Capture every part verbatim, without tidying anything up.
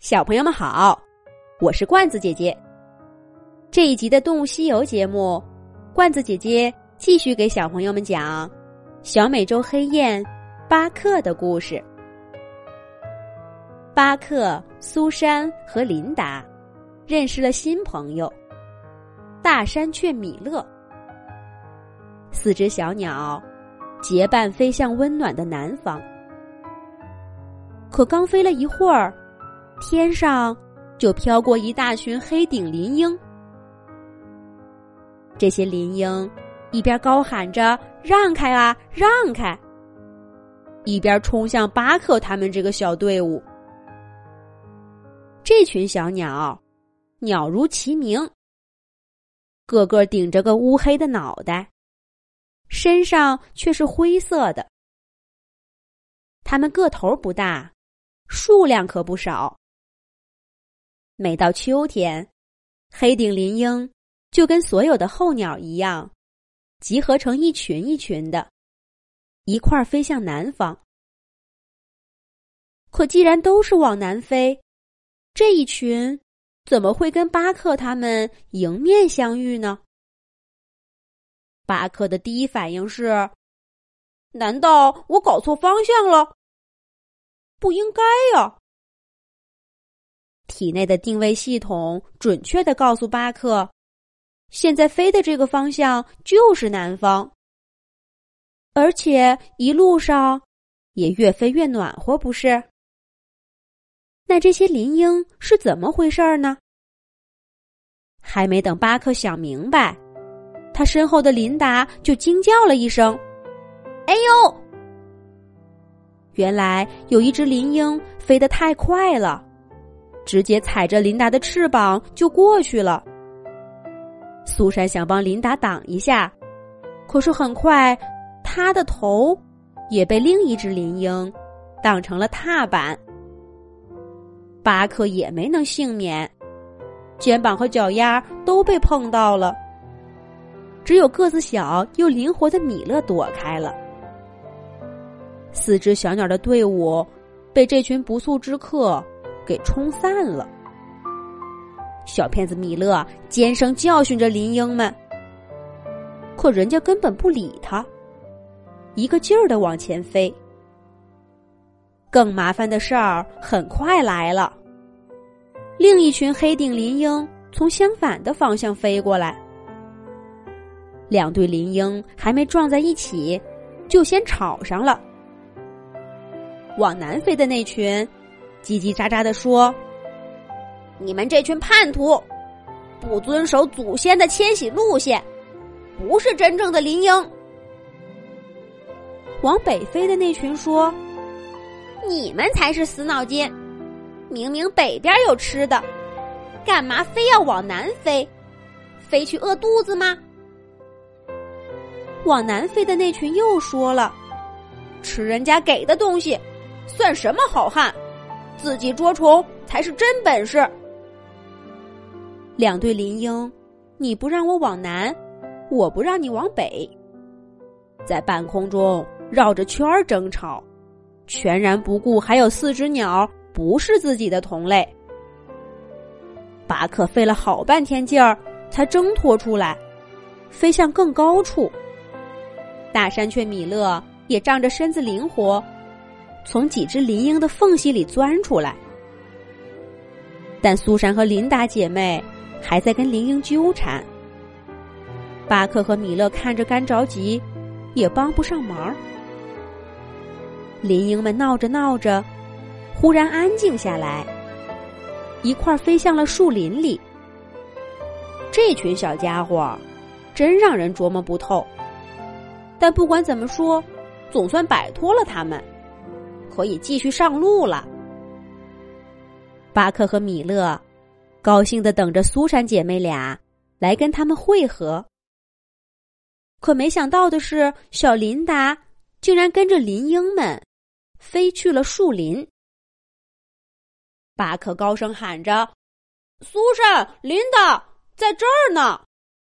小朋友们好，我是罐子姐姐。这一集的《动物西游》节目，罐子姐姐继续给小朋友们讲小美洲黑雁巴克的故事。巴克、苏珊和琳达认识了新朋友大山雀米勒。四只小鸟结伴飞向温暖的南方，可刚飞了一会儿，天上就飘过一大群黑顶林鹰。这些林鹰一边高喊着让开啊让开，一边冲向巴克他们这个小队伍。这群小鸟鸟如其名，个个顶着个乌黑的脑袋，身上却是灰色的。它们个头不大，数量可不少。每到秋天，黑顶林鹰就跟所有的候鸟一样，集合成一群一群的，一块儿飞向南方。可既然都是往南飞，这一群怎么会跟巴克他们迎面相遇呢？巴克的第一反应是：难道我搞错方向了？不应该呀！体内的定位系统准确地告诉巴克，现在飞的这个方向就是南方，而且一路上也越飞越暖和，不是？那这些林鹰是怎么回事呢？还没等巴克想明白，他身后的琳达就惊叫了一声：哎呦！原来有一只林鹰飞得太快了，直接踩着琳达的翅膀就过去了。苏珊想帮琳达挡一下，可是很快她的头也被另一只林鹰当成了踏板。巴克也没能幸免，肩膀和脚丫都被碰到了，只有个子小又灵活的米勒躲开了。四只小鸟的队伍被这群不速之客给冲散了。小骗子米勒尖声教训着林鹰们，可人家根本不理他，一个劲儿地往前飞。更麻烦的事儿很快来了，另一群黑顶林鹰从相反的方向飞过来，两队林鹰还没撞在一起，就先吵上了。往南飞的那群叽叽喳喳地说：你们这群叛徒，不遵守祖先的迁徙路线，不是真正的林鹰。往北飞的那群说：你们才是死脑筋，明明北边有吃的，干嘛非要往南飞？飞去饿肚子吗？往南飞的那群又说了：吃人家给的东西算什么好汉，自己捉虫才是真本事。两队林鹰，你不让我往南，我不让你往北，在半空中绕着圈儿争吵，全然不顾还有四只鸟不是自己的同类。巴克费了好半天劲儿才挣脱出来，飞向更高处。大山雀米勒也仗着身子灵活，从几只林鹰的缝隙里钻出来。但苏珊和琳达姐妹还在跟林鹰纠缠，巴克和米勒看着干着急，也帮不上忙。林鹰们闹着闹着，忽然安静下来，一块儿飞向了树林里。这群小家伙真让人琢磨不透，但不管怎么说，总算摆脱了他们，可以继续上路了。巴克和米勒高兴地等着苏珊姐妹俩来跟他们会合，可没想到的是，小琳达竟然跟着林鹰们飞去了树林。巴克高声喊着：苏珊、琳达在这儿呢！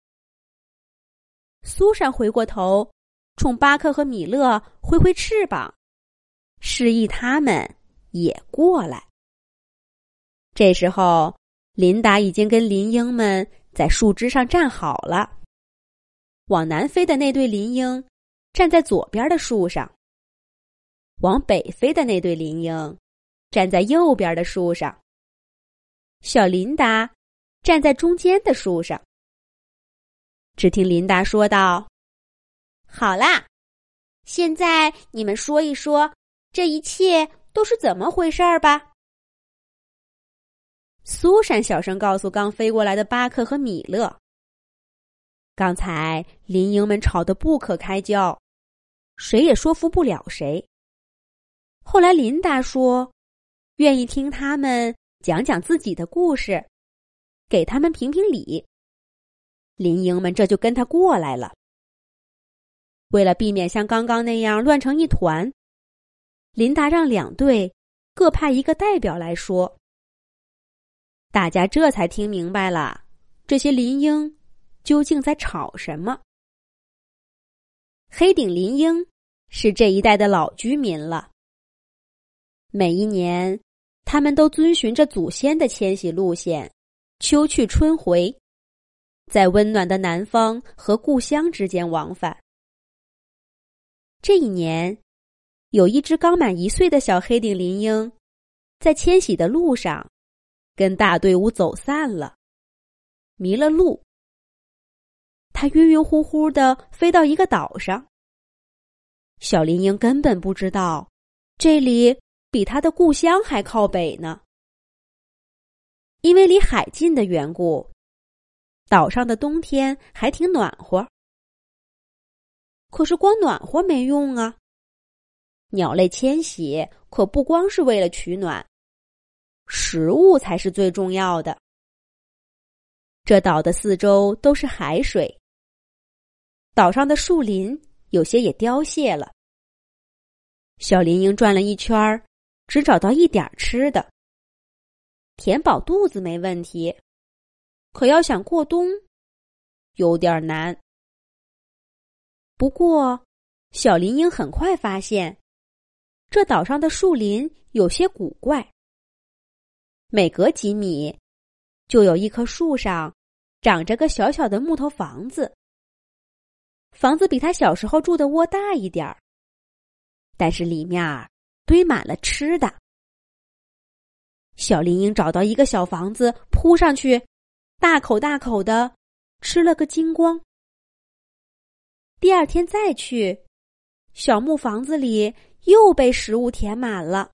苏珊回过头，冲巴克和米勒挥挥翅膀，示意他们也过来。 这时候，琳达已经跟林鹰们在树枝上站好了。往南飞的那对林鹰站在左边的树上，往北飞的那对林鹰站在右边的树上。小琳达站在中间的树上。只听琳达说道：“好啦，现在你们说一说，这一切都是怎么回事儿吧？”苏珊小声告诉刚飞过来的巴克和米勒：“刚才林鹰们吵得不可开交，谁也说服不了谁。后来琳达说，愿意听他们讲讲自己的故事，给他们评评理。林鹰们这就跟他过来了。为了避免像刚刚那样乱成一团，琳达让两队各派一个代表来说。大家这才听明白了，这些林鹰究竟在吵什么。黑顶林鹰是这一带的老居民了。每一年，他们都遵循着祖先的迁徙路线，秋去春回，在温暖的南方和故乡之间往返。这一年，有一只刚满一岁的小黑顶林鹰，在迁徙的路上，跟大队伍走散了，迷了路。它晕晕乎乎地飞到一个岛上。小林鹰根本不知道，这里比它的故乡还靠北呢。因为离海近的缘故，岛上的冬天还挺暖和。可是光暖和没用啊，鸟类迁徙可不光是为了取暖，食物才是最重要的。这岛的四周都是海水，岛上的树林有些也凋谢了。小林鹰转了一圈，只找到一点吃的，填饱肚子没问题，可要想过冬，有点难。不过，小林鹰很快发现，这岛上的树林有些古怪。每隔几米，就有一棵树上长着个小小的木头房子。房子比他小时候住的窝大一点儿，但是里面堆满了吃的。小林鹰找到一个小房子，扑上去，大口大口的吃了个精光。第二天再去，小木房子里又被食物填满了。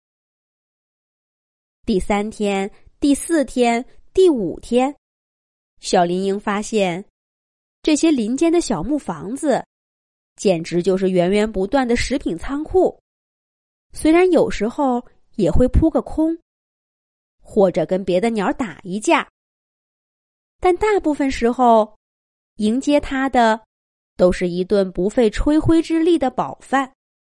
第三天、第四天、第五天，小林鹰发现，这些林间的小木房子，简直就是源源不断的食品仓库。虽然有时候也会扑个空，或者跟别的鸟打一架，但大部分时候，迎接它的都是一顿不费吹灰之力的饱饭。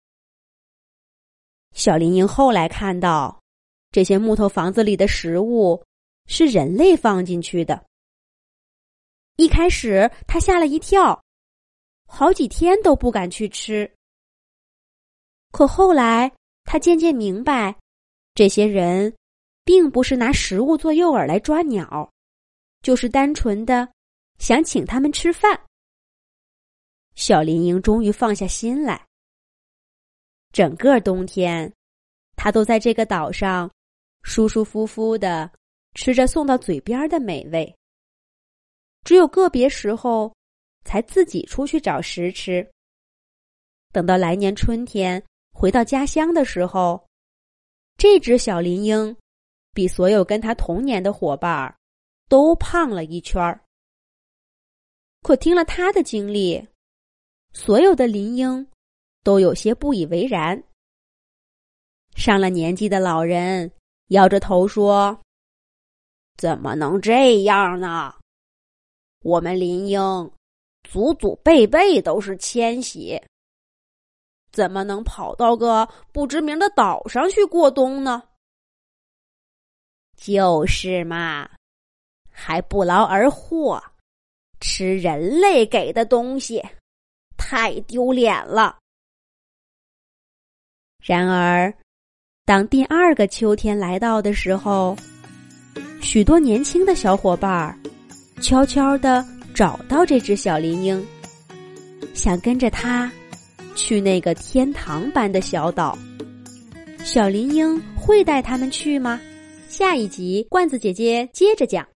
小林鹰后来看到，这些木头房子里的食物是人类放进去的。一开始他吓了一跳，好几天都不敢去吃。可后来他渐渐明白，这些人并不是拿食物做诱饵来抓鸟，就是单纯的想请他们吃饭。小林鹰终于放下心来。整个冬天，他都在这个岛上舒舒服服的吃着送到嘴边的美味，只有个别时候才自己出去找食吃。等到来年春天回到家乡的时候，这只小林鹰比所有跟他同年的伙伴都胖了一圈儿。可听了他的经历，所有的林鹰都有些不以为然。上了年纪的老人摇着头说：“怎么能这样呢？我们林鹰祖祖辈辈都是迁徙，怎么能跑到个不知名的岛上去过冬呢？”就是嘛，还不劳而获，吃人类给的东西，太丢脸了。然而，当第二个秋天来到的时候， 许多年轻的小伙伴儿悄悄地找到这只小林鹰，想跟着它去那个天堂般的小岛。小林鹰会带他们去吗？下一集罐子姐姐接着讲。